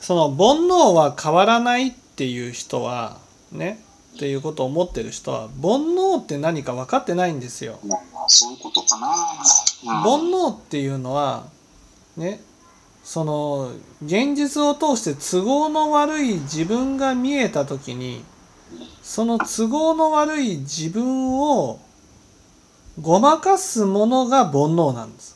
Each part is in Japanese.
その煩悩は変わらないっていう人はね、っていうことを思ってる人は煩悩って何か分かってないんですよ。 まあそういうことかな。 煩悩っていうのはね、その現実を通して都合の悪い自分が見えた時に、その都合の悪い自分をごまかすものが煩悩なんです。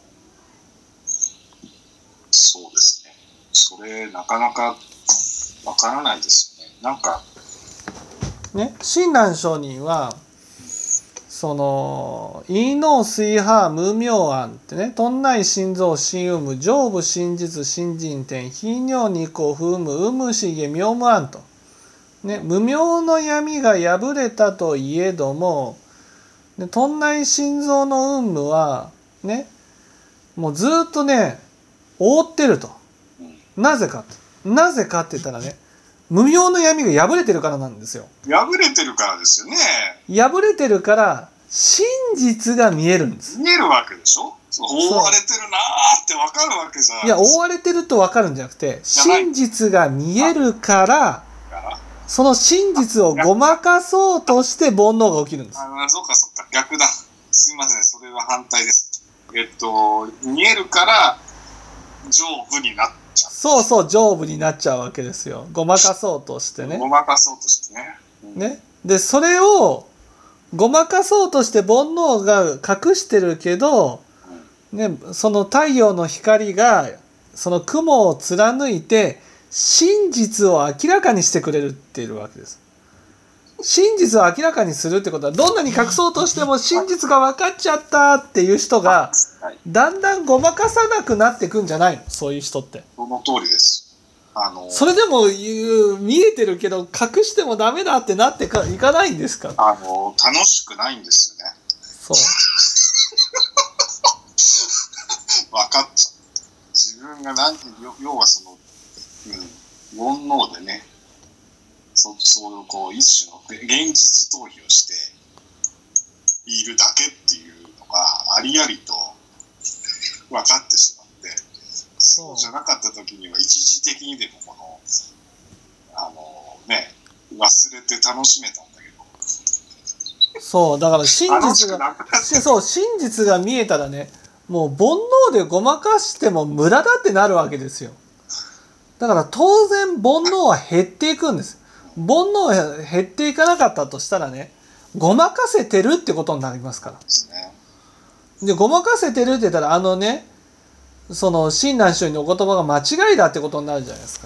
そうですね。それなかなかわからないですよね。なんかね、親鸞上人はその異能水波無明暗ってね、頓内心臓心有無上部真実真人天非尿二項不有無有無しげ妙無暗と、ね、無明の闇が破れたといえども、頓内心臓の雲霧はね、もうずっとね覆ってると。なぜかって言ったらね、無明の闇が破れてるからなんですよ。 破れてるからですよね。 破れてるから真実が見えるんです。 見えるわけでしょ。覆われてるなーってわかるわけじゃない。 いや、覆われてるとわかるんじゃなくて、真実が見えるから、その真実をごまかそうとして煩悩が起きるんです。 そうかそうか、逆だ。すいません、それは反対です。見えるから上部になっちゃう。 そうそう、上部になっちゃうわけですよ。ごまかそうとしてね。 ごまかそうとしてね。 ね。で、それをごまかそうとして煩悩が隠してるけど、ね、その太陽の光がその雲を貫いて真実を明らかにしてくれるっていうわけです。真実を明らかにするってことは、どんなに隠そうとしても真実が分かっちゃったっていう人がだんだんごまかさなくなってくんじゃないの、そういう人って。 その通りです。 それでも見えてるけど隠してもダメだってなっていかないんですか。 楽しくないんですよね。 そう分かっちゃう。自分が要はその、煩悩でね、そういうこう一種の現実逃避をしているだけっていうのがありありと分かってしまって、そうじゃなかった時には一時的にでもこの忘れて楽しめたんだけど、 そうだから真実が見えたらね、もう煩悩でごまかしても無駄だってなるわけですよ。だから当然煩悩は減っていくんです。煩悩は減っていかなかったとしたらね、ごまかせてるってことになりますから。で、ごまかせてるって言ったらその親鸞聖人のお言葉が間違いだってことになるじゃないですか。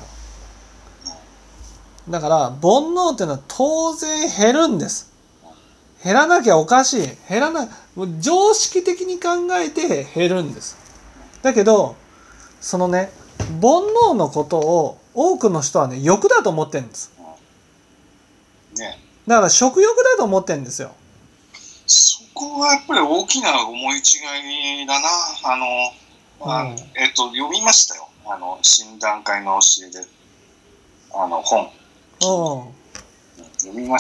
だから煩悩っていうのは当然減るんです。減らなきゃおかしい。常識的に考えて減るんです。だけどそのね、煩悩のことを多くの人はね、欲だと思ってるんです。だから食欲だと思ってるんですよ。 そこはやっぱり大きな思い違いだな。読みましたよ。新段階の教えで本。読みま